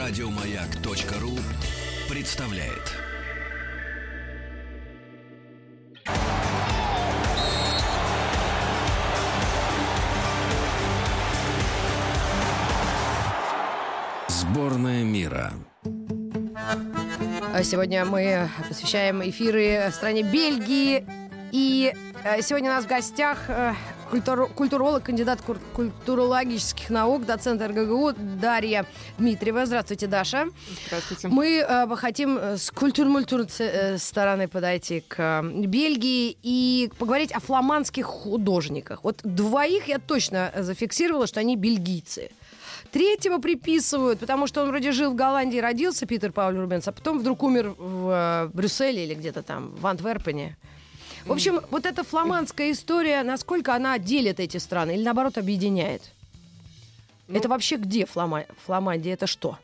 Радиомаяк.ру представляет. Сборная мира. Сегодня мы посвящаем эфиры стране Бельгии. И сегодня у нас в гостях культуролог, кандидат культурологических наук, доцент РГГУ Дарья Дмитриева. Здравствуйте, Даша. Здравствуйте. Мы хотим с культурной стороны подойти к Бельгии и поговорить о фламандских художниках. Вот двоих я точно зафиксировала, что они бельгийцы. Третьего приписывают, потому что он вроде жил в Голландии, родился, Питер Пауль Рубенс, а потом вдруг умер в Брюсселе или где-то там, в Антверпене. В общем, вот эта фламандская история, насколько она делит эти страны или, наоборот, объединяет? Это вообще где Фламандия? Это что?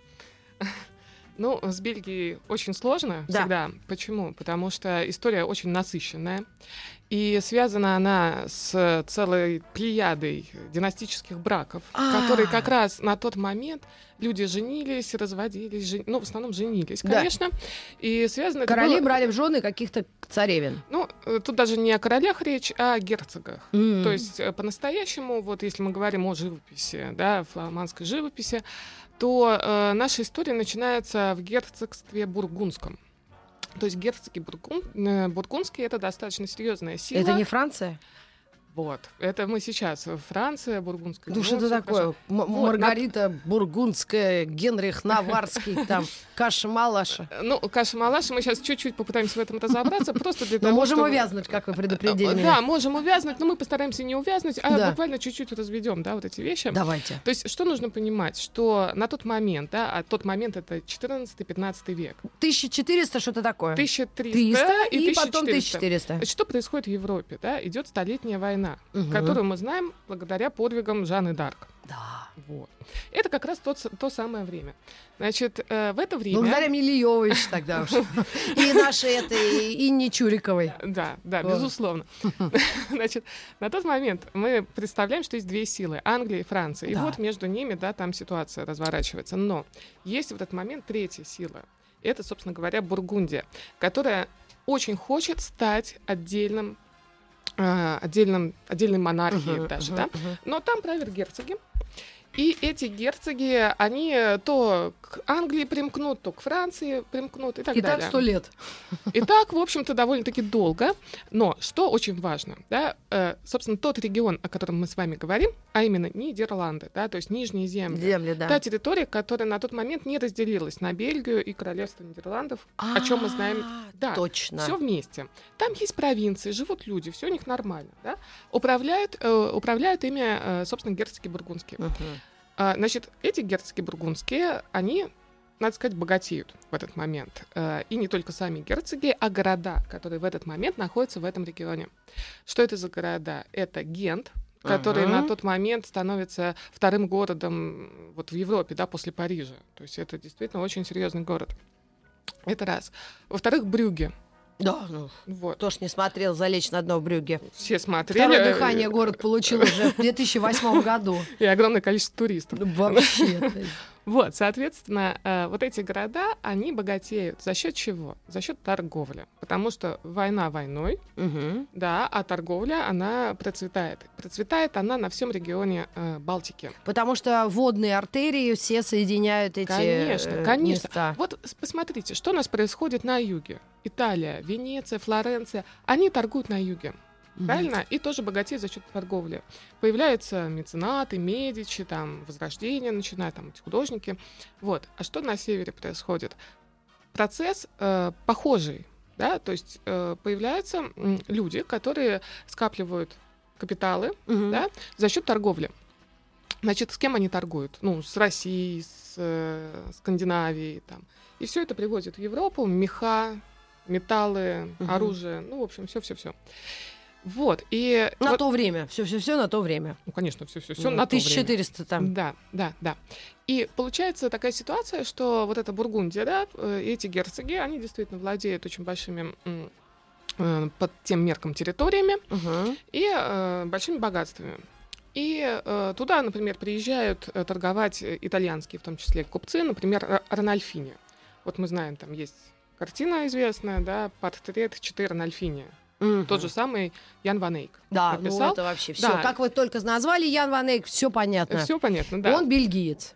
Ну, с Бельгией очень сложно всегда. Почему? Потому что история очень насыщенная. И связана она с целой плеядой династических браков, которые как раз на тот момент люди женились, разводились, в основном женились, конечно. И связано Короли брали в жены каких-то царевин. Ну, тут даже не о королях речь, а о герцогах. То есть по-настоящему, вот если мы говорим о живописи, да, фламандской живописи, то наша история начинается в герцогстве Бургундском. То есть герцоги бургундские — это достаточно серьезная сила. Это не Франция? Вот. Это мы сейчас. Франция, бургундская. Ну, что это такое? Маргарита Бургундская, Генрих Наварский, там, каша-малаша. Ну, каша-малаша, мы сейчас чуть-чуть попытаемся в этом разобраться, просто для того, но можем увязнуть, как вы предупредили меня. Да, можем увязнуть, но мы постараемся не увязнуть, а буквально чуть-чуть разведем, да, вот эти вещи. Давайте. То есть, что нужно понимать, что на тот момент, да, а тот момент — это 14-15 век. 1400 что-то такое? 1300 и потом 1400. Что происходит в Европе, да? Идет столетняя война, которую мы знаем благодаря подвигам Жанны д'Арк. Да. Вот. Это как раз то самое время. Значит, в это время... Благодаря Миле Йовович тогда уж. И нашей Инне Чуриковой. Да, безусловно. Значит, на тот момент мы представляем, что есть две силы — Англия и Франция. И вот между ними, да, там ситуация разворачивается. Но есть в этот момент третья сила. Это, собственно говоря, Бургундия, которая очень хочет стать отдельной монархией даже, да? Но там правят герцоги. И эти герцоги, они то к Англии примкнут, то к Франции примкнут и так далее. И так 100 лет. И так, в общем-то, довольно-таки долго. Но что очень важно, да, собственно, тот регион, о котором мы с вами говорим, а именно Нидерланды, да, то есть Нижние земли, та территория, которая на тот момент не разделилась на Бельгию и Королевство Нидерландов, о чем мы знаем. Да, точно. Все вместе. Там есть провинции, живут люди, все у них нормально, да. Управляют ими, собственно, герцоги бургундские. Значит, эти герцоги бургундские, они, надо сказать, богатеют в этот момент. И не только сами герцоги, а города, которые в этот момент находятся в этом регионе. Что это за города? Это Гент, который на тот момент становится вторым городом вот в Европе, да, после Парижа. То есть это действительно очень серьезный город. Это раз. Во-вторых, Брюгге. Да, кто ж не смотрел «Залечь на дно в Брюгге». Все смотрели. Второе дыхание город получил уже в 2008 году. И огромное количество туристов. Вообще. Вот, соответственно, вот эти города, они богатеют. За счет чего? За счет торговли. Потому что война войной, да, а торговля, она процветает. Процветает она на всем регионе Балтики. Потому что водные артерии все соединяют эти места. Вот посмотрите, что у нас происходит на юге. Италия, Венеция, Флоренция. Они торгуют на юге. Правильно? И тоже богатеют за счет торговли. Появляются меценаты, Медичи, там, Возрождение начинают, там, эти художники. Вот. А что на севере происходит? Процесс похожий. Да? То есть появляются люди, которые скапливают капиталы, да, за счет торговли. Значит, с кем они торгуют? Ну, с Россией, с Скандинавией. Там. И все это привозят в Европу. Меха, металлы, оружие. Ну, в общем, все-все-все. Вот, и... На то время. Все-все-все на то время. Ну, конечно, все-все-все на то время. 1400 там. Да. И получается такая ситуация, что вот эта Бургундия, да, эти герцоги, они действительно владеют очень большими под тем меркам территориями и большими богатствами. И туда, например, приезжают торговать итальянские, в том числе купцы, например, Ранальфини. Вот мы знаем, там есть картина известная, да, портрет 4 Ранальфини. Тот же самый Ян ван Эйк написал. Ну это вообще все. Да. Как вы только назвали Ян ван Эйк, все понятно. Все понятно, да. Он бельгиец.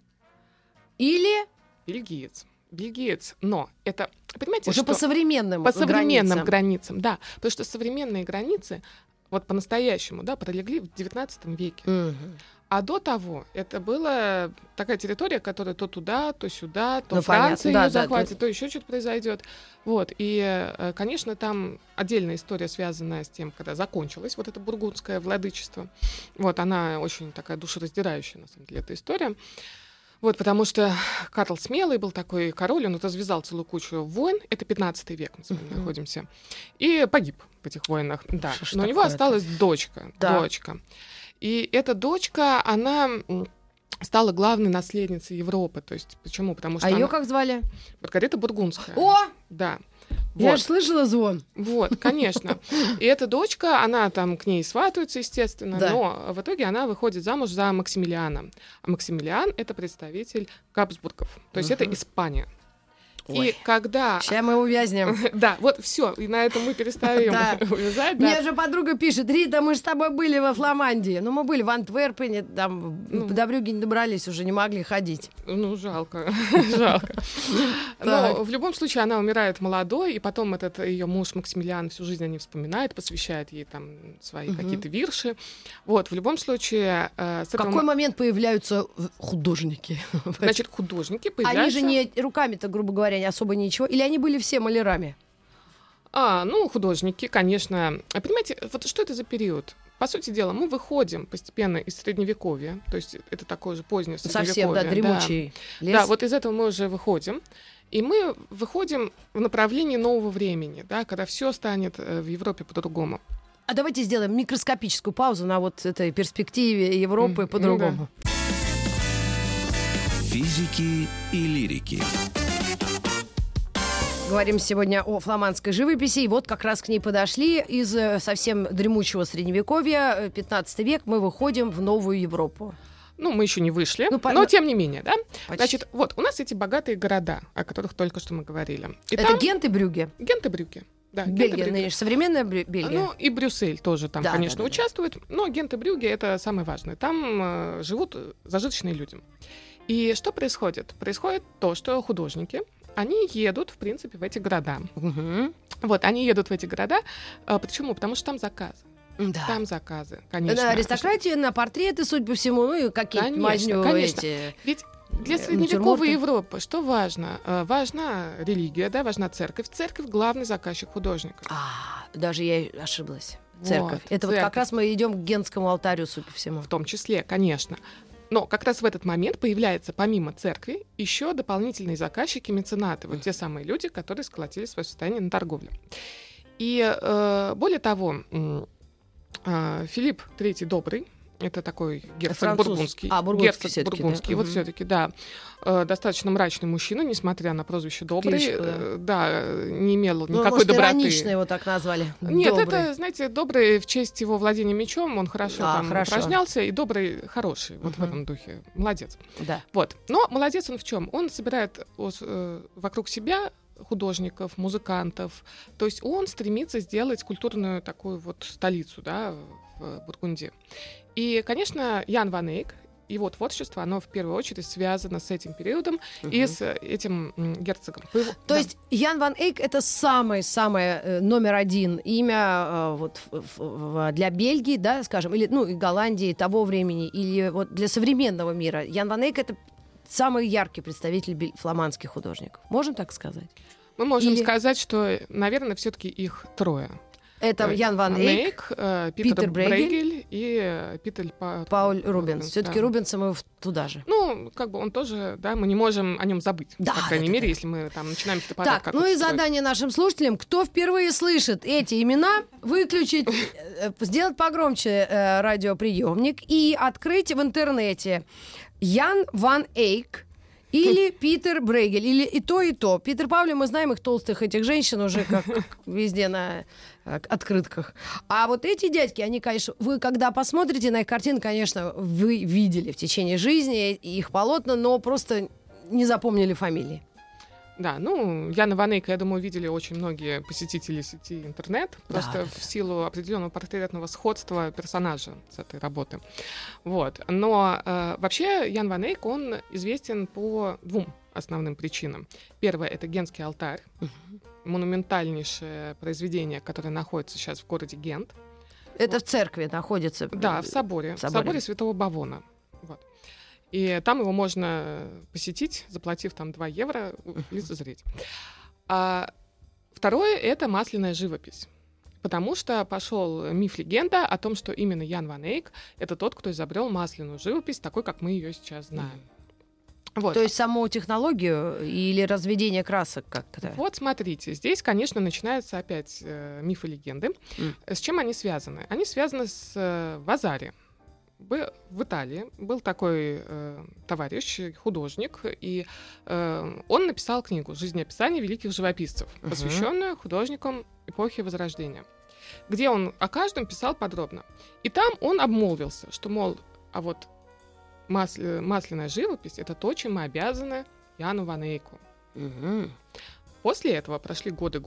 Или Бельгиец. Но это, понимаете, уже что по современным границам, да. Потому что современные границы, вот по-настоящему, да, пролегли в 19 веке. А до того это была такая территория, которая то туда, то сюда, то Франция ее захватит, то еще что-то произойдет. Вот. И, конечно, там отдельная история, связанная с тем, когда закончилось вот это бургундское владычество. Вот, она очень такая душераздирающая, на самом деле, эта история. Вот, потому что Карл Смелый был такой король, он развязал целую кучу войн. Это 15 век, мы с вами находимся. И погиб в этих войнах, да. Но у него осталась дочка. И эта дочка, она стала главной наследницей Европы. То есть почему? Потому что ее как звали? Маргарита Бургундская. О! Да. Я же слышала звон. Вот, конечно. И эта дочка, она там к ней сватается, естественно, но в итоге она выходит замуж за Максимилиана. А Максимилиан — это представитель Габсбургов. То есть это Испания. Ой. И когда... Сейчас мы увязнем. Да, вот все, и на этом мы перестаем увязать. Мне же подруга пишет: Рита, мы же с тобой были во Фламандии. Ну, мы были в Антверпене, там до Брюгге не добрались, уже не могли ходить. Ну, жалко. Но в любом случае она умирает молодой, и потом этот ее муж Максимилиан всю жизнь о ней вспоминает, посвящает ей там свои какие-то вирши. Вот, в любом случае... В какой момент появляются художники? Значит, художники появляются... Они же не руками-то, грубо говоря, особо ничего. Или они были все малярами? Художники, конечно. А понимаете, вот что это за период? По сути дела, мы выходим постепенно из Средневековья, то есть это такое же позднее Средневековье. Совсем, да, дремучий лес. Да, вот из этого мы уже выходим. И мы выходим в направлении нового времени, да, когда все станет в Европе по-другому. А давайте сделаем микроскопическую паузу на вот этой перспективе Европы по-другому. Да. Физики и лирики. Говорим сегодня о фламандской живописи. И вот как раз к ней подошли из совсем дремучего Средневековья, 15 век, мы выходим в новую Европу. Ну, мы еще не вышли, но тем не менее, да? Почти. Значит, вот у нас эти богатые города, о которых только что мы говорили. И это там... Гент и Брюгге? Гент и Брюгге. Да, Бельгия, современная Бельгия. Ну, и Брюссель тоже там, конечно, участвует. Но Гент и Брюгге — это самое важное. Там живут зажиточные люди. И что происходит? Происходит то, что художники, они едут, в принципе, в эти города. Вот, они едут в эти города. Почему? Потому что там заказы. Да. Там заказы, конечно. На аристократию, на портреты, судя по всему, ну и какие-то мазню эти... Ведь для средневековой Европы что важно? Важна религия, да, важна церковь. Церковь — главный заказчик художников. Даже я ошиблась. Церковь. Это вот как раз мы идем к Гентскому алтарю, судя по всему. В том числе, конечно. Но как раз в этот момент появляются, помимо церкви, еще дополнительные заказчики, меценаты. Вот те самые люди, которые сколотили свое состояние на торговле. И более того, Филипп III Добрый, это такой герцог бургундский. Бургундский, бургундский. Вот все-таки, да. Достаточно мрачный мужчина, несмотря на прозвище Добрый. Да, не имел никакой доброты. Иронично его так назвали. Нет, Добрый. это, знаете, Добрый в честь его владения мечом, он хорошо упражнялся, и Добрый хороший, вот в этом духе. Молодец. Да. Вот. Но молодец он в чем? Он собирает вокруг себя художников, музыкантов. То есть он стремится сделать культурную такую вот столицу, да, в Бургундии. И, конечно, Ян ван Эйк, его творчество, оно в первую очередь связано с этим периодом и с этим герцогом. То есть Ян ван Эйк — это самое номер один имя вот, для Бельгии, да, скажем, или и Голландии того времени, или вот для современного мира. Ян ван Эйк — это самый яркий представитель фламандских художников. Можем так сказать? Мы можем сказать, что, наверное, все-таки их трое. Это Ян ван Эйк, Питер Брейгель и Питер Пауль Рубенс. Все-таки Рубенса мы туда же. Ну, как бы он тоже, да, мы не можем о нем забыть. Да, по крайней мере, если мы там начинаем какой-то порядок. Так, и задание нашим слушателям: кто впервые слышит эти имена, выключить, сделать погромче радиоприемник и открыть в интернете Ян ван Эйк Или Питер Брейгель, или и то, и то. Питер Павли, мы знаем их толстых, этих женщин уже как везде на открытках. А вот эти дядьки, они, конечно, вы когда посмотрите на их картины, конечно, вы видели в течение жизни их полотна, но просто не запомнили фамилии. Да, ну, Яна Ван Эйка, я думаю, видели очень многие посетители сети интернет, просто в силу определенного портретного сходства персонажа с этой работы. Вот. Но вообще Ян Ван Эйк, он известен по двум основным причинам. Первое — это Гентский алтарь, монументальнейшее произведение, которое находится сейчас в городе Гент. Это в церкви находится? Да, в соборе Святого Бавона. Вот. И там его можно посетить, заплатив там 2 евро, лицезреть. А второе — это масляная живопись. Потому что пошел миф-легенда о том, что именно Ян Ван Эйк — это тот, кто изобрел масляную живопись, такой, как мы ее сейчас знаем. Вот. То есть саму технологию или разведение красок как-то? Вот смотрите, здесь, конечно, начинаются опять мифы и легенды. С чем они связаны? Они связаны с Вазари. В Италии был такой товарищ, художник, и он написал книгу «Жизнеописание великих живописцев», посвященную художникам эпохи Возрождения, где он о каждом писал подробно. И там он обмолвился, что, мол, а вот масляная живопись — это то, чем мы обязаны Яну Ван Эйку. После этого прошли годы,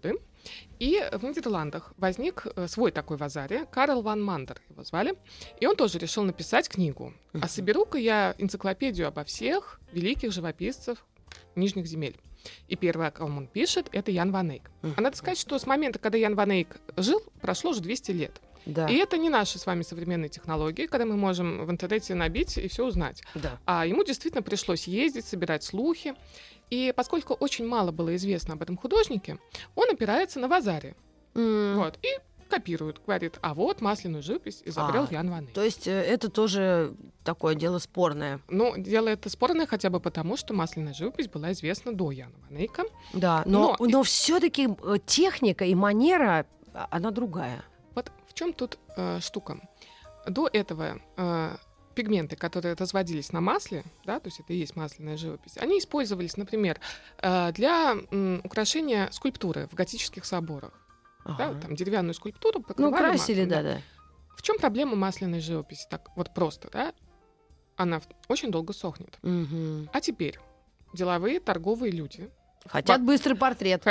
и в Нидерландах возник свой такой Вазари, Карл ван Мандер его звали, и он тоже решил написать книгу. А соберу-ка я энциклопедию обо всех великих живописцев Нижних земель. И первое, о ком он пишет, это Ян Ван Эйк. А надо сказать, что с момента, когда Ян Ван Эйк жил, прошло уже 200 лет. Да. И это не наши с вами современные технологии, когда мы можем в интернете набить и все узнать. Да. А ему действительно пришлось ездить, собирать слухи. И поскольку очень мало было известно об этом художнике, он опирается на Вазари. Вот, и копирует, говорит, а вот масляную живопись изобрел Ян Ван Эйк. То есть это тоже такое дело спорное. Ну, дело это спорное хотя бы потому, что масляная живопись была известна до Яна Ван Эйка. Да, но все-таки техника и манера, она другая. Вот в чем тут штука? До этого пигменты, которые разводились на масле, да, то есть это и есть масляная живопись, они использовались, например, для украшения скульптуры в готических соборах. Да, там деревянную скульптуру покрывали красили, маслом, да. В чем проблема масляной живописи? Так вот просто, да? Она очень долго сохнет. А теперь деловые, торговые люди хотят быстрый портрет.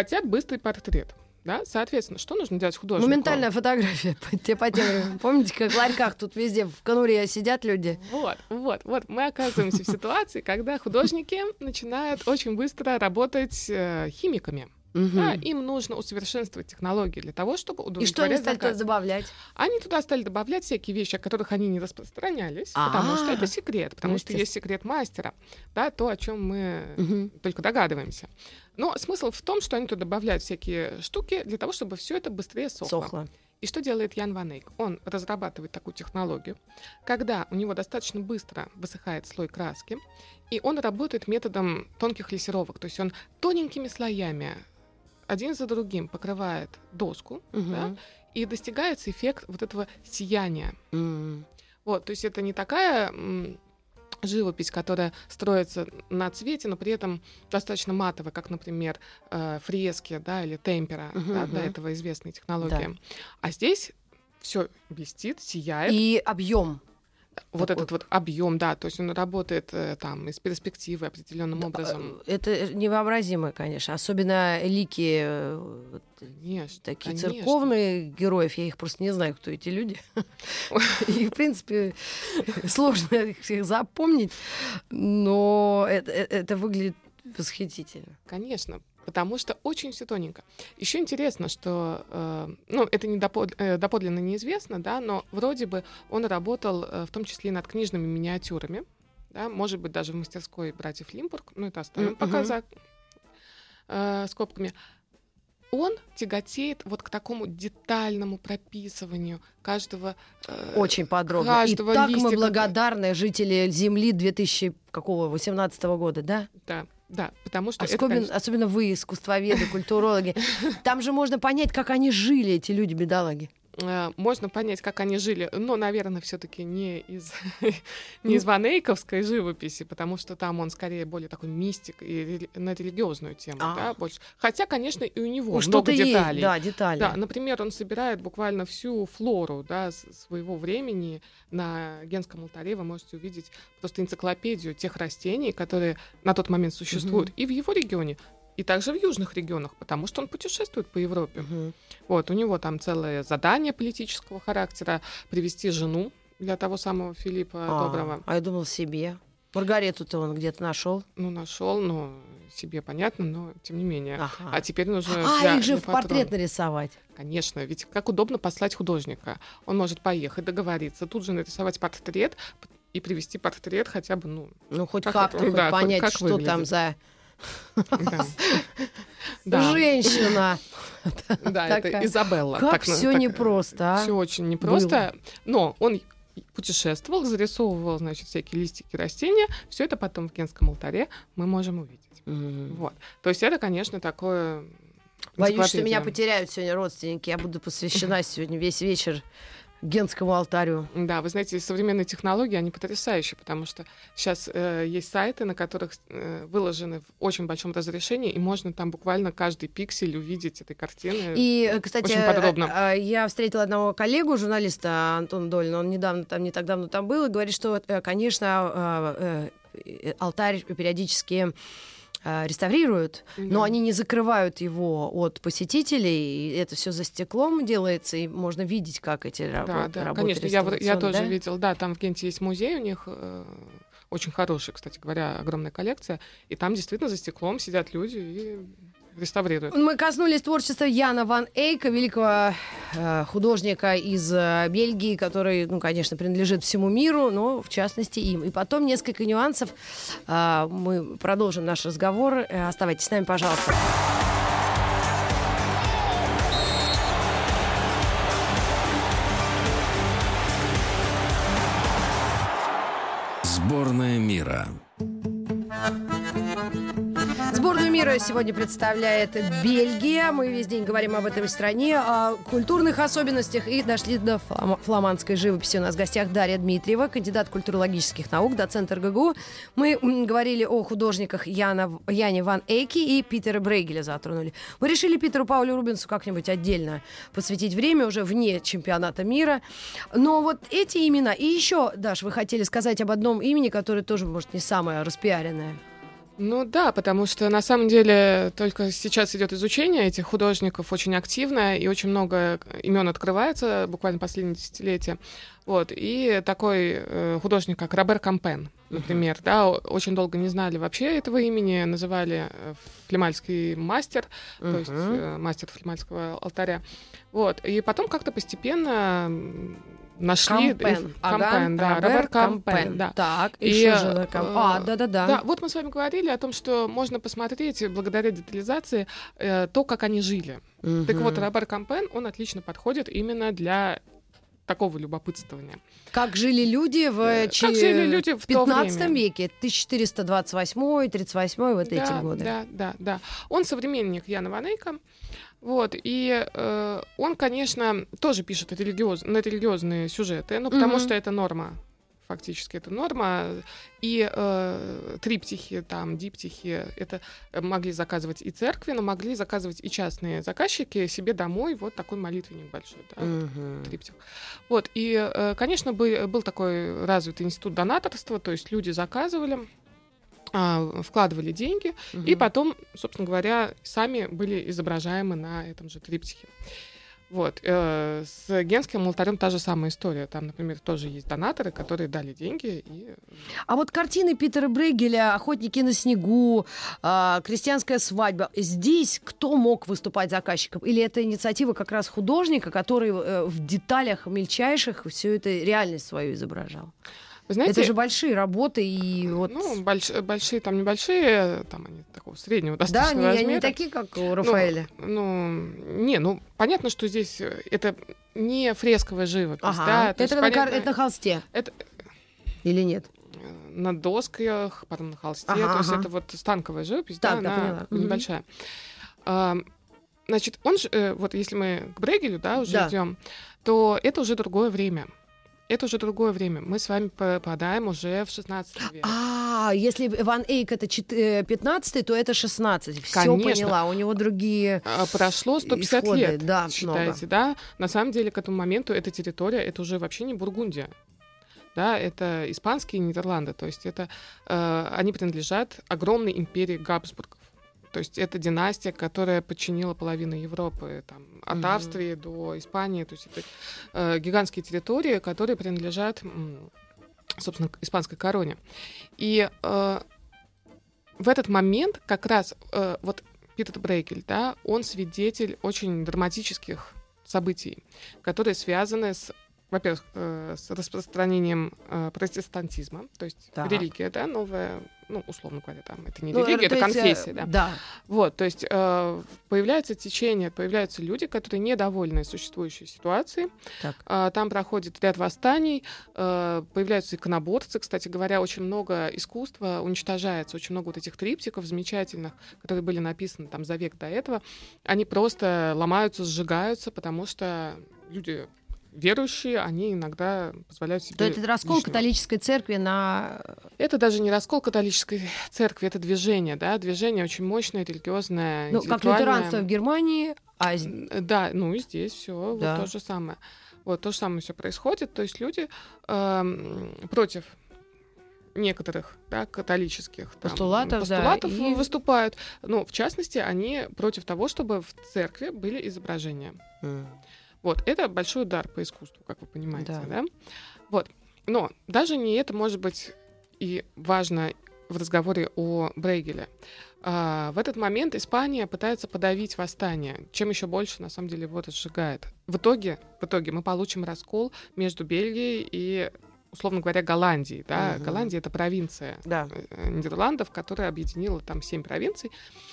Да? Соответственно, что нужно делать художнику? Моментальная фотография по тем. Помните, как в ларьках тут везде в конуре сидят люди? Вот. Мы оказываемся в ситуации, когда художники начинают очень быстро работать химиками. Да, им нужно усовершенствовать технологии для того, чтобы удовлетворять. И что они стали туда добавлять? Они туда стали добавлять всякие вещи, о которых они не распространялись, потому что это секрет, потому что есть секрет мастера, да, то, о чем мы только догадываемся. Но смысл в том, что они туда добавляют всякие штуки для того, чтобы все это быстрее сохло. И что делает Ян Ван Эйк? Он разрабатывает такую технологию, когда у него достаточно быстро высыхает слой краски, и он работает методом тонких лессировок, то есть он тоненькими слоями один за другим покрывает доску, да, и достигается эффект вот этого сияния. Вот, то есть это не такая живопись, которая строится на цвете, но при этом достаточно матовая, как, например, фрески, да, или темпера, да, до этого известные технологии. Да. А здесь все блестит, сияет. И объем. Вот этот вот объем, да, то есть он работает там из перспективы определенным образом. Это невообразимо, конечно. Особенно лики такие церковные героев. Я их просто не знаю, кто эти люди. И, в принципе, сложно их всех запомнить. Но это выглядит восхитительно. Конечно. Потому что очень все тоненько. Еще интересно, что, это доподлинно неизвестно, да, но вроде бы он работал в том числе и над книжными миниатюрами, да, может быть, даже в мастерской братьев Лимбург, это оставим пока за скобками. Он тяготеет вот к такому детальному прописыванию каждого очень подробно. И так листика. Мы благодарны жители Земли 2018 года, да? Да, потому что особенно вы, искусствоведы, культурологи. Там же можно понять, как они жили, эти люди, бедолаги. можно понять, как они жили, но, наверное, все-таки не из ванейковской живописи, потому что там он скорее более такой мистик и на религиозную тему, да, больше. Хотя, конечно, и у него много деталей. Да, детали. Да, например, он собирает буквально всю флору, да, своего времени. На Генском алтаре вы можете увидеть просто энциклопедию тех растений, которые на тот момент существуют и в его регионе, и также в южных регионах, потому что он путешествует по Европе. Вот, у него там целое задание политического характера — привести жену для того самого Филиппа Доброго. А я думал себе. Маргарету-то он где-то нашел. Ну, нашел, но себе понятно, но тем не менее. А теперь нужно... их же в портрет нарисовать. Конечно, ведь как удобно послать художника. Он может поехать, договориться, тут же нарисовать портрет и привести портрет хотя бы, хоть как-то понять, как что выглядит. Там за... Женщина. Да, это Изабелла. Как все непросто, а? Все очень непросто. Но он путешествовал, зарисовывал, значит, всякие листики растения. Все это потом в Генском алтаре мы можем увидеть. Вот. То есть это, конечно, такое... Боюсь, что меня потеряют сегодня родственники. Я буду посвящена сегодня весь вечер Генскому алтарю. Да, вы знаете, современные технологии, они потрясающие, потому что сейчас есть сайты, на которых выложены в очень большом разрешении, и можно там буквально каждый пиксель увидеть этой картины. И, кстати, очень подробно. Я встретила одного коллегу, журналиста Антона Долина, он недавно там, не так давно там был, и говорит, что, конечно, алтарь периодически реставрируют, но они не закрывают его от посетителей, и это все за стеклом делается, и можно видеть, как эти работы конечно, я тоже видела, там в Генте есть музей у них, очень хороший, кстати говоря, огромная коллекция, и там действительно за стеклом сидят люди и реставрируют. Мы коснулись творчества Яна ван Эйка, великого художника из Бельгии, который, конечно, принадлежит всему миру, но в частности им. И потом несколько нюансов. Мы продолжим наш разговор. Оставайтесь с нами, пожалуйста. Сборная мира. Сборную мира сегодня представляет Бельгия. Мы весь день говорим об этой стране, о культурных особенностях и дошли до фламандской живописи. У нас в гостях Дарья Дмитриева, кандидат культурологических наук, доцент РГГУ. Мы говорили о художниках Яне ван Эйке и Питера Брейгеля затронули. Мы решили Питеру Паулю Рубенсу как-нибудь отдельно посвятить время, уже вне чемпионата мира. Но вот эти имена. И еще, Даш, вы хотели сказать об одном имени, которое тоже, может, не самое распиаренное. Ну да, потому что на самом деле только сейчас идет изучение этих художников очень активное, и очень много имен открывается буквально последние десятилетия. Вот. И такой художник, как Робер Кампен, например, очень долго не знали вообще этого имени, называли флемальский мастер, то есть мастер флемальского алтаря. Вот. И потом как-то постепенно нашли Кампен, Робер Кампен, да. Так, еще же да. Да, вот мы с вами говорили о том, что можно посмотреть благодаря детализации то, как они жили. Так вот, Робер Кампен, он отлично подходит именно для такого любопытствования. Как жили люди в 15 веке, 1428-38, вот эти годы. Да. Он современник Яна ван Эйка. Вот, и он, конечно, тоже пишет на религиозные сюжеты, потому что это норма. Фактически это норма. И триптихи, диптихи, это могли заказывать и церкви, но могли заказывать и частные заказчики себе домой. Вот такой молитвенник большой, триптих. Вот, и, конечно, был такой развитый институт донаторства, то есть люди заказывали, вкладывали деньги, и потом, собственно говоря, сами были изображаемы на этом же триптихе. Вот. С Генским алтарем та же самая история. Там, например, тоже есть донаторы, которые дали деньги. А вот картины Питера Брейгеля «Охотники на снегу», «Крестьянская свадьба». Здесь кто мог выступать заказчиком? Или это инициатива как раз художника, который в деталях мельчайших всю эту реальность свою изображал? Вы знаете, это же большие работы и вот... большие, там небольшие, там они такого среднего достаточно размера. Да, не такие, как у Рафаэля. Понятно, что здесь это не фресковая живопись. Ага. Да? Это на холсте. Или нет? На досках, потом на холсте. То есть это вот станковая живопись, она небольшая. Значит, он же, вот если мы к Брейгелю, да, уже Да. идем, то это уже другое время. Это уже другое время. Мы с вами попадаем уже в 16 век. Если Ван Эйк это 15, то это 16. Все Конечно. поняла. У него другие Прошло 150 исходы. лет, Да, считаете, да? На самом деле, к этому моменту эта территория, это уже вообще не Бургундия. Да, это испанские Нидерланды. То есть это, они принадлежат огромной империи Габсбургов. То есть это династия, которая подчинила половину Европы, там, от Австрии до Испании. То есть это гигантские территории, которые принадлежат, собственно, к испанской короне. И в этот момент как раз вот Питер Брейгель, да, он свидетель очень драматических событий, которые связаны с, во-первых, с распространением протестантизма, то есть Так. религия, да, новая, ну, условно говоря, там, это не религия, это конфессия, да. Да. Вот, то есть появляется течение, появляются люди, которые недовольны существующей ситуацией. Так. Там проходит ряд восстаний, появляются иконоборцы. Кстати говоря, очень много искусства уничтожается, очень много вот этих триптиков замечательных, которые были написаны там за век до этого, они просто ломаются, сжигаются, потому что люди верующие, они иногда позволяют себе То это раскол лишнего. католической церкви на... Это даже не раскол католической церкви, это движение, да, движение очень мощное, религиозное, Ну, как интеллектуальное. лютеранство в Германии, а Да, ну и здесь все Да. вот то же самое. Вот то же самое все происходит. То есть люди против некоторых, да, католических там, Постулатов, постулатов да, и- выступают. Ну, в частности, они против того, чтобы в церкви были изображения. Вот, это большой удар по искусству, как вы понимаете, Да. да? Вот. Но даже не это может быть и важно в разговоре о Брейгеле. В этот момент Испания пытается подавить восстание, чем еще больше, на самом деле, его сжигает. В итоге мы получим раскол между Бельгией и, условно говоря, Голландией. Да? Мгм. Голландия — это провинция Да. Нидерландов, которая объединила там 7 провинций.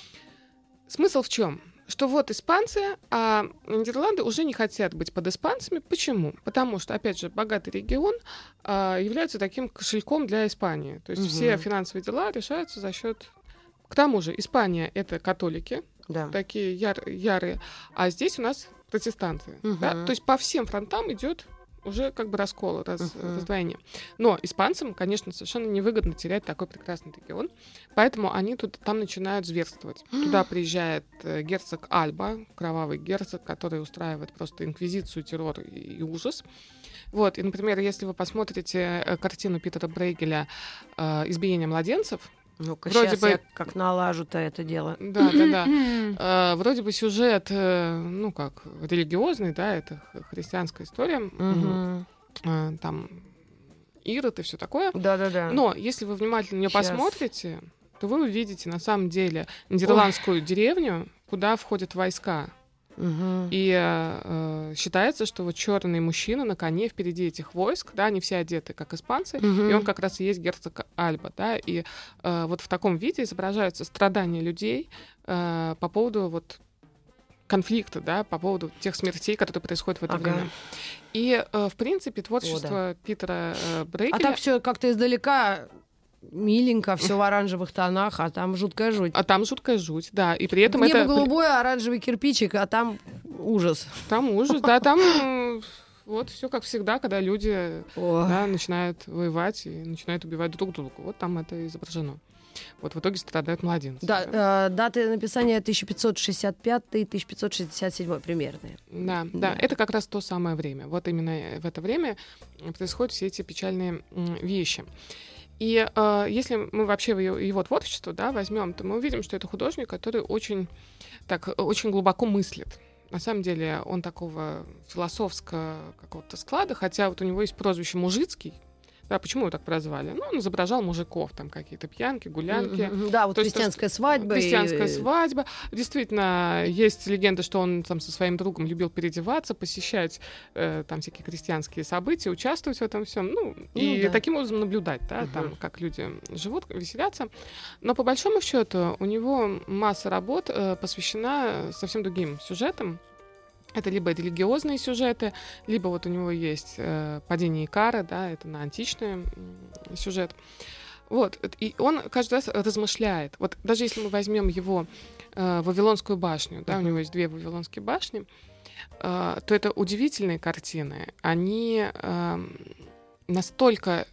Смысл в чем? Что вот испанцы, а Нидерланды уже не хотят быть под испанцами. Почему? Потому что, опять же, богатый регион является таким кошельком для Испании. То есть Мгм. все финансовые дела решаются за счет. К тому же Испания — это католики, Да. такие ярые, а здесь у нас протестанты. Мгм. Да? То есть по всем фронтам идет уже как бы раскол, Мгм. раздвоение. Но испанцам, конечно, совершенно невыгодно терять такой прекрасный регион, поэтому они там начинают зверствовать. Туда приезжает герцог Альба, кровавый герцог, который устраивает просто инквизицию, террор и ужас. Вот, и, например, если вы посмотрите картину Питера Брейгеля «Избиение младенцев», Ну-ка, Вроде сейчас бы- я как налажу-то это дело. да. Вроде бы сюжет, ну как, религиозный, да, это христианская история. Мгм. Там Ирод и все такое. Да-да-да. Но если вы внимательно на нее Щас. посмотрите, то вы увидите на самом деле нидерландскую деревню, куда входят войска. Мгм. И считается, что вот черный мужчина на коне впереди этих войск, да, они все одеты как испанцы, Мгм. и он как раз и есть герцог Альба, да, и вот в таком виде изображаются страдания людей по поводу вот конфликта, да, по поводу тех смертей, которые происходят в это Ага. время. И, в принципе, творчество Питера Брейгеля... А так все как-то издалека миленько, все в оранжевых тонах, а там жуткая жуть. А там жуткая жуть, да, и при этом Небо это... голубое, оранжевый кирпичик, а там ужас. Там ужас, да, там вот все как всегда, когда люди Ой. да, начинают воевать и начинают убивать друг друга. Вот там это изображено. Вот в итоге страдают младенцы. Да, даты написания 1565-1567 примерные. Да, Да. да, это как раз то самое время. Вот именно в это время происходят все эти печальные вещи. И если мы вообще его творчество, да, возьмем, то мы увидим, что это художник, который очень глубоко мыслит. На самом деле он такого философского какого-то склада, хотя вот у него есть прозвище «Мужицкий». Да, почему его так прозвали? Ну, он изображал мужиков, там какие-то пьянки, гулянки. Да, вот То есть крестьянская свадьба. Крестьянская свадьба. Действительно, есть легенда, что он там со своим другом любил переодеваться, посещать там всякие крестьянские события, участвовать в этом всем. Ну, и да. таким образом наблюдать, да, там, как люди живут, веселятся. Но по большому счету у него масса работ посвящена совсем другим сюжетам. Это либо религиозные сюжеты, либо вот у него есть «Падение Икара», да, это на античный сюжет. Вот, и он каждый раз размышляет. Вот даже если мы возьмем его Вавилонскую башню, да, у него есть 2 Вавилонские башни, то это удивительные картины. Они настолько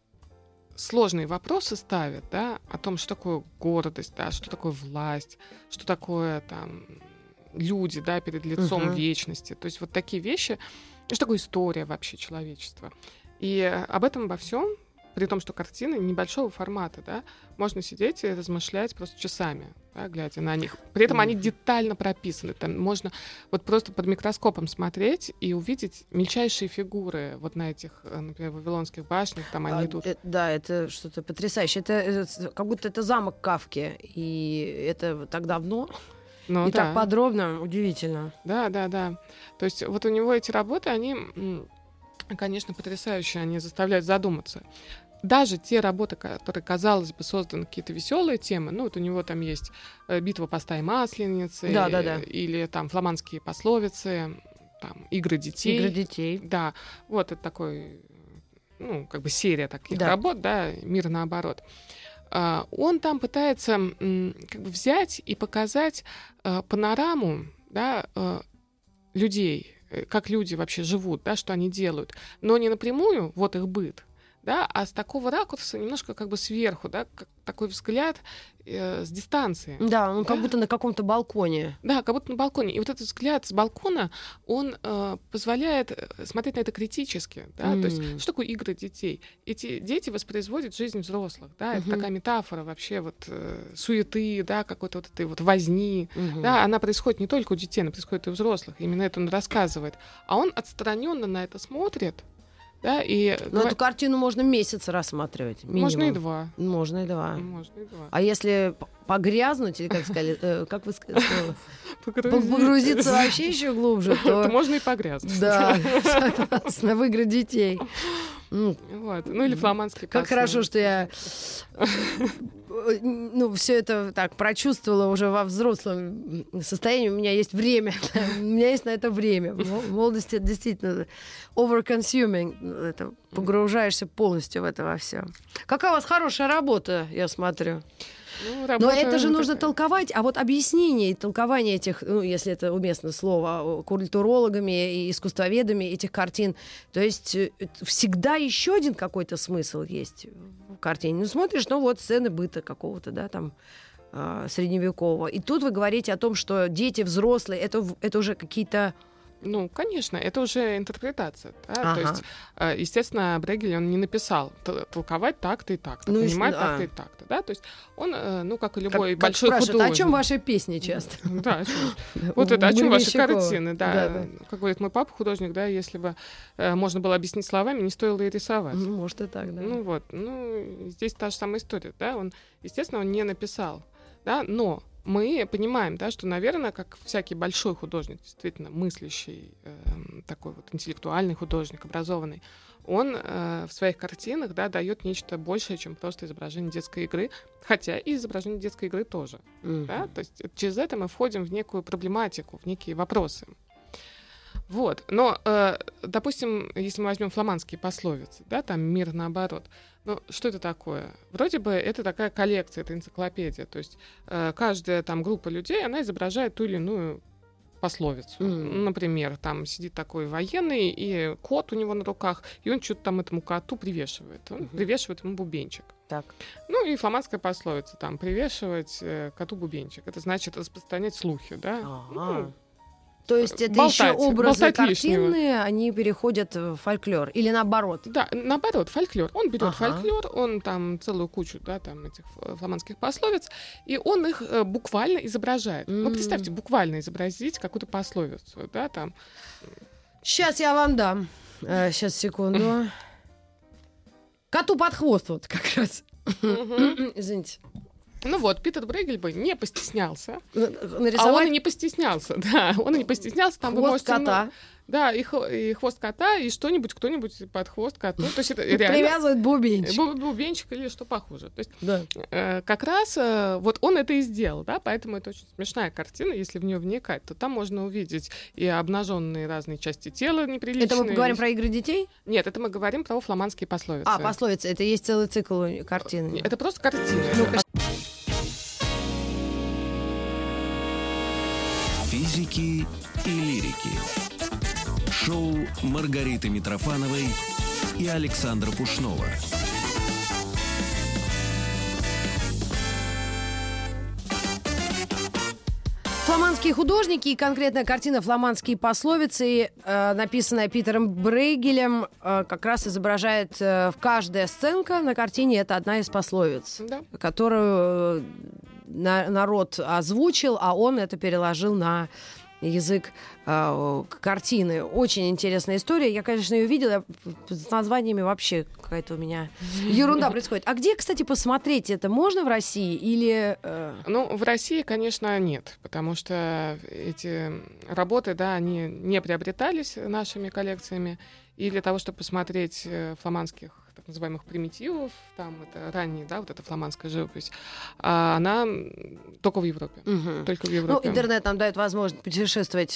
сложные вопросы ставят, да, о том, что такое гордость, да, что такое власть, что такое там люди, да, перед лицом вечности. То есть вот такие вещи, что такое история вообще человечества. И об этом обо всем, при том, что картины небольшого формата, да, можно сидеть и размышлять просто часами, да, глядя на них. При этом они детально прописаны. Там можно вот просто под микроскопом смотреть и увидеть мельчайшие фигуры вот на этих, например, вавилонских башнях. Там они идут. Да, это что-то потрясающее. Это как будто это замок Кафки. И это так давно. Ну, и да. так подробно, удивительно. Да. То есть вот у него эти работы, они, конечно, потрясающие, они заставляют задуматься. Даже те работы, которые, казалось бы, созданы какие-то веселые темы, ну вот у него там есть «Битва поста и масленицы», или там «Фламандские пословицы», там «Игры детей». «Игры детей». Да, вот это такой, ну, как бы серия таких работ, да, «Мир наоборот». Он там пытается как бы взять и показать панораму, да, людей, как люди вообще живут, да, что они делают, но не напрямую, вот их быт, да, а с такого ракурса немножко как бы сверху, да, такой взгляд с дистанции. Да, он как будто на каком-то балконе. Да, как будто на балконе. И вот этот взгляд с балкона, он позволяет смотреть на это критически, да, то есть что такое игры детей? Эти дети воспроизводят жизнь взрослых, да, это такая метафора вообще вот суеты, да, какой-то вот этой вот возни, да, она происходит не только у детей, она происходит и у взрослых, именно это он рассказывает. А он отстраненно на это смотрит. Да, и но эту картину можно месяц рассматривать. Минимум. Можно и 2. Можно и 2. Можно и 2. А если погрязнуть, или как сказали, как вы сказали, погрузиться вообще еще глубже, то можно и погрязнуть. Да, согласна, в игры детей. Вот. Ну или фламандский Как хорошо, что я все это так прочувствовала уже во взрослом состоянии. У меня есть время. У меня есть на это время. В молодости это действительно over-consuming. Это погружаешься полностью в это во все. Какая у вас хорошая работа, я смотрю. Но это же нужно толковать, а вот объяснение и толкование этих, ну, если это уместное слово, культурологами и искусствоведами этих картин, то есть всегда еще один какой-то смысл есть в картине. Ну, смотришь, ну, вот сцены быта какого-то, да, там, средневекового. И тут вы говорите о том, что дети, взрослые, это уже какие-то... Ну, конечно, это уже интерпретация. Да? То есть, естественно, Брейгель, он не написал толковать так-то и так-то, понимать так-то и так-то. Да? То есть он, ну, как и любой большой художник. О чем ваши песни часто? Да, вот это, о чем ваши картины. Да. Как говорит мой папа, художник, да, если бы можно было объяснить словами, не стоило и рисовать. Ну, может, и так, да. Ну, вот. Ну, здесь та же самая история. Да? Он, естественно, он не написал. Да? Но мы понимаем, да, что, наверное, как всякий большой художник, действительно мыслящий, такой вот интеллектуальный художник, образованный, он в своих картинах, да, дает нечто большее, чем просто изображение детской игры, хотя и изображение детской игры тоже. Да? То есть через это мы входим в некую проблематику, в некие вопросы. Вот. Но, допустим, если мы возьмем фламандские пословицы, да, там «Мир наоборот», ну, что это такое? Вроде бы это такая коллекция, это энциклопедия. То есть каждая там группа людей, она изображает ту или иную пословицу. Например, там сидит такой военный, и кот у него на руках, и он что-то там этому коту привешивает. Он привешивает ему бубенчик. Так. Ну, и фламандская пословица, там, привешивать коту бубенчик. Это значит распространять слухи, да? Ну, то есть это еще образы картинные, они переходят в фольклор или наоборот? Да, наоборот, фольклор. Он берет фольклор, он там целую кучу, да, там этих фламандских пословиц, и он их буквально изображает. Ну, представьте, буквально изобразить какую-то пословицу, да, там. Сейчас я вам дам. Сейчас, секунду. Коту под хвост вот как раз. Извините. Ну вот, Питер Брейгель бы не постеснялся. Нарисовать? А он и не постеснялся, да. Он и не постеснялся. Там хвост кота. Да, и хвост кота, и что-нибудь, кто-нибудь под хвост коту. То есть это реально... Привязывает бубенчик. Бубенчик или что похуже. То есть Да. как раз вот он это и сделал, да, поэтому это очень смешная картина, если в нее вникать, то там можно увидеть и обнаженные разные части тела неприличные. Это мы говорим про игры детей? Нет, это мы говорим про фламандские пословицы. А, пословицы. Это есть целый цикл картин. Это просто картина. Ну-ка. Физики и лирики. Шоу Маргариты Митрофановой и Александра Пушнова. Фламандские художники и конкретная картина «Фламандские пословицы», написанная Питером Брейгелем, как раз изображает каждая сценка на картине. Это одна из пословиц, Да. которую народ озвучил, а он это переложил на язык картины. Очень интересная история. Я, конечно, ее видела. С названиями вообще какая-то у меня ерунда происходит. А где, кстати, посмотреть это? Можно в России или... Ну, в России, конечно, нет, потому что эти работы, да, они не приобретались нашими коллекциями. И для того, чтобы посмотреть фламандских так называемых примитивов, там это ранняя, да, вот эта фламандская живопись, она только в Европе. Только в Европе. Ну, интернет нам дает возможность путешествовать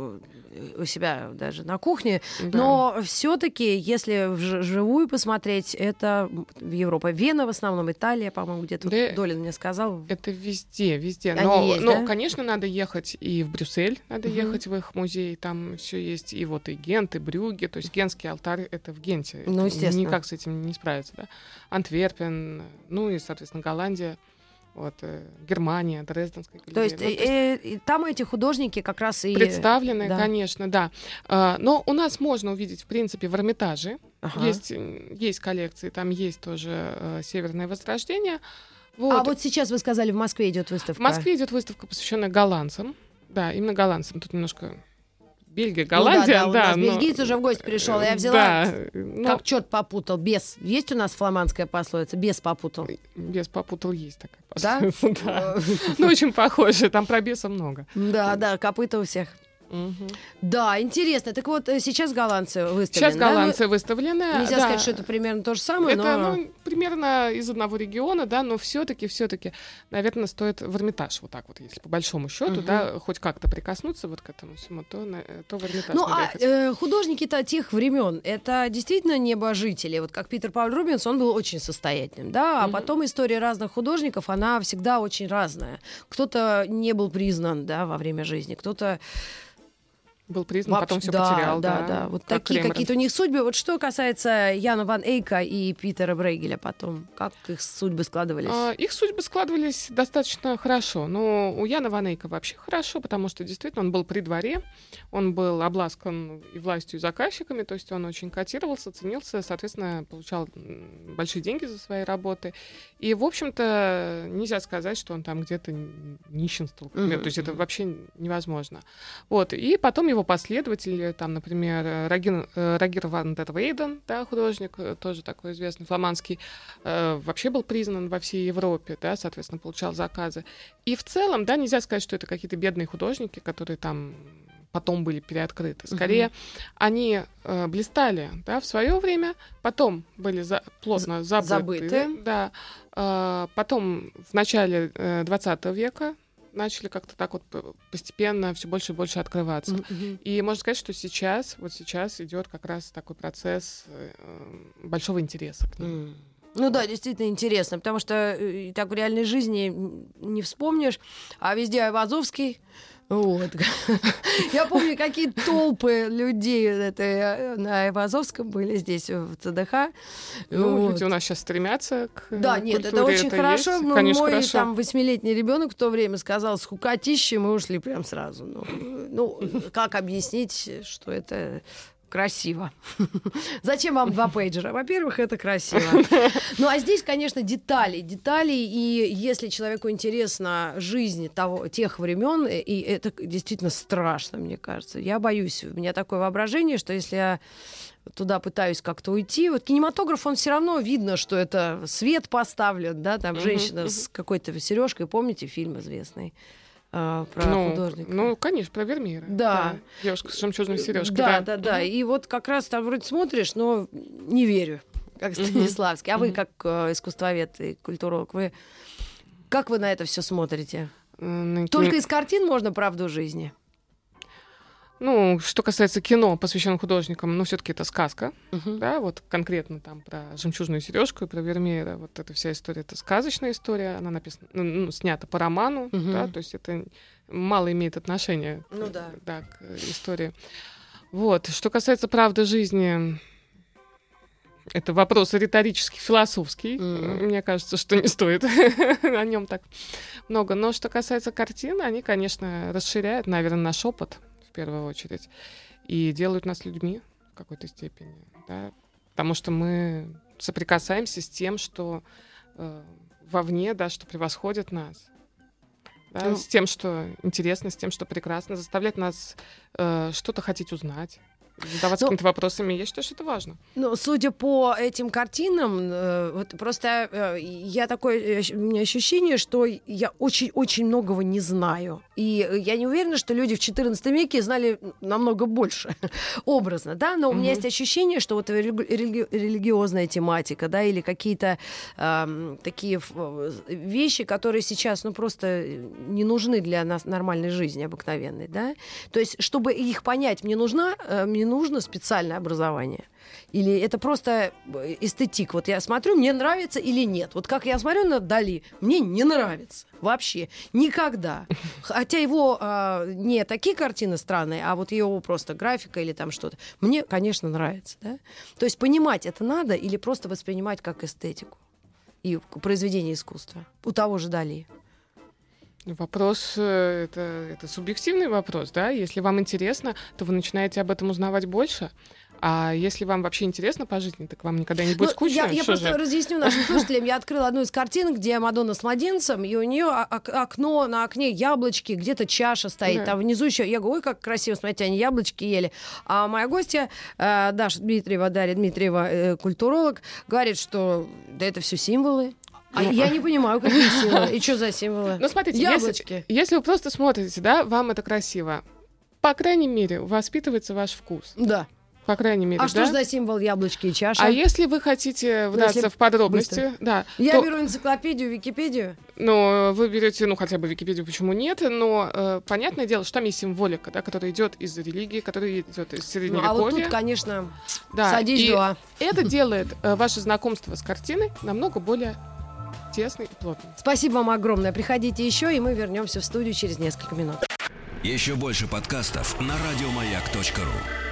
у себя даже на кухне, Да. но все-таки, если вживую посмотреть, это Европа. Вена в основном, Италия, по-моему, где-то Да. Долин мне сказал. Это везде, везде. Они Но, есть, но да? конечно, надо ехать и в Брюссель, надо ехать в их музей, там все есть, и вот и Гент, и Брюгге, то есть Гентский алтарь — это в Генте. Ну, Это естественно. никак с этим не справиться, да. Антверпен, ну и, соответственно, Голландия, вот, Германия, Дрезденская галерея. То есть, и там эти художники как раз и... Представлены, да. конечно, да. Но у нас можно увидеть, в принципе, в Эрмитаже. Ага. Есть коллекции, там есть тоже Северное Возрождение. А вот сейчас вы сказали, в Москве идет выставка. В Москве идет выставка, посвященная голландцам. Да, именно голландцам. Тут немножко Бельгия, Голландия. Ну, да, у нас бельгиец уже в гости пришел. Я взяла, Да, как черт попутал, бес. Есть у нас фламандская пословица? Бес попутал. бес попутал, есть такая Да? пословица. Да. Ну, очень похоже, там про беса много. Да, копыта у всех. Мгм. Да, интересно. Так вот, сейчас голландцы выставлены. Сейчас да? голландцы выставлены. Ну, нельзя да. сказать, что это примерно то же самое, Это, но... ну, примерно из одного региона, да, но все-таки, наверное, стоит в Эрмитаж вот так вот, если по большому счету, да, хоть как-то прикоснуться вот к этому всему, то в Эрмитаж Ну, надо а ехать. художники-то тех времен, это действительно небожители. Вот как Питер Пауль Рубенс, он был очень состоятельным, да, а потом история разных художников, она всегда очень разная. Кто-то не был признан, да, во время жизни, кто-то... Был признан, потом все да, потерял. Да. Вот как такие Рембрандт. какие-то у них судьбы. Вот что касается Яна ван Эйка и Питера Брейгеля потом, как их судьбы складывались? Их судьбы складывались достаточно хорошо. Но у Яна ван Эйка вообще хорошо, потому что действительно он был при дворе, он был обласкан и властью, и заказчиками, то есть он очень котировался, ценился, соответственно, получал большие деньги за свои работы. И, в общем-то, нельзя сказать, что он там где-то нищенствовал. То есть это вообще невозможно. Вот. И потом его последователи, там, например, Рагир ван дер Вейден, да, художник, тоже такой известный, фламандский, вообще был признан во всей Европе, да, соответственно, получал заказы. И в целом, да, нельзя сказать, что это какие-то бедные художники, которые там потом были переоткрыты. Скорее, они блистали, да, в свое время, потом были плотно забыты. Да. Потом в начале 20 века начали как-то так вот постепенно все больше и больше открываться. И можно сказать, что сейчас идет как раз такой процесс большого интереса к ним. Ну да, действительно интересно, потому что так в реальной жизни не вспомнишь, а везде Айвазовский. Вот. Я помню, какие толпы людей на Айвазовском были здесь, в ЦДХ. Ну, вот. люди у нас сейчас стремятся к Да, нет, культуре, это очень хорошо. есть. Мой Конечно, хорошо. там 8-летний ребенок в то время сказал скукотища, мы ушли прям сразу. Ну, как объяснить, что это красиво? Зачем вам 2 пейджера? Во-первых, это красиво. Ну, а здесь, конечно, детали, и если человеку интересна жизнь тех времен, и это действительно страшно, мне кажется. Я боюсь. У меня такое воображение, что если я туда пытаюсь как-то уйти. Вот кинематограф, он все равно видно, что это свет поставлен, да, там женщина с какой-то сережкой, помните фильм известный? про художника. Ну, конечно, про Вермеера. Да. Девушка с жемчужной сережкой. Да. И вот как раз там вроде смотришь, но не верю, как Станиславский. А вы, как искусствовед и культуролог, как вы на это все смотрите? Только из картин можно правду жизни? Ну, что касается кино, посвященного художникам, ну, все-таки это сказка, да, вот конкретно там про жемчужную сережку и про Вермеера, вот эта вся история, это сказочная история, она написана, снята по роману, да, то есть это мало имеет отношения к истории. Вот, что касается правды жизни, это вопрос риторический, философский. Мне кажется, что не стоит о нем так много. Но что касается картин, они, конечно, расширяют, наверное, наш опыт в первую очередь и делают нас людьми в какой-то степени. Да? Потому что мы соприкасаемся с тем, что вовне, да, что превосходит нас. Да? С тем, что интересно, с тем, что прекрасно, заставляет нас что-то хотеть узнать. Задаваться какими-то вопросами, я считаю, что это важно. Ну, судя по этим картинам, вот просто у меня ощущение, что я очень-очень многого не знаю. И я не уверена, что люди в XIV веке знали намного больше, образно, да, но у меня есть ощущение, что вот религиозная тематика, да, или какие-то такие вещи, которые сейчас, ну, просто не нужны для нас нормальной жизни обыкновенной, да. То есть, чтобы их понять, мне нужно специальное образование? Или это просто эстетик? Вот я смотрю, мне нравится или нет? Вот как я смотрю на Дали, мне не нравится вообще. Никогда. Хотя его не такие картины странные, а вот его просто графика или там что-то. Мне, конечно, нравится. Да? То есть понимать это надо или просто воспринимать как эстетику и произведение искусства? У того же Дали. Вопрос, это субъективный вопрос, да? Если вам интересно, то вы начинаете об этом узнавать больше. А если вам вообще интересно по жизни, так вам никогда не будет скучно. Я просто разъясню нашим слушателям. Я открыла одну из картин, где Мадонна с младенцем, и у нее окно, на окне яблочки, где-то чаша стоит, там внизу еще. Я говорю, ой, как красиво, смотрите, они яблочки ели. А моя гостья, Даша Дмитриева, Дарья Дмитриева, культуролог, говорит, что да это все символы. Я не понимаю, какие символы. И что за символы? Ну, смотрите, если вы просто смотрите, да, вам это красиво, по крайней мере, воспитывается ваш вкус. Да. По крайней мере, А что же за символ яблочки и чаша? А если вы хотите вдаться в подробности, я беру энциклопедию, Википедию. Ну, вы берете, хотя бы Википедию, почему нет, но понятное дело, что там есть символика, да, которая идет из религии, которая идет из средневековья. А вот тут, конечно, садись два. Это делает ваше знакомство с картиной намного более тесный и плотный. Спасибо вам огромное. Приходите еще, и мы вернемся в студию через несколько минут. Еще больше подкастов на радиомаяк.ру.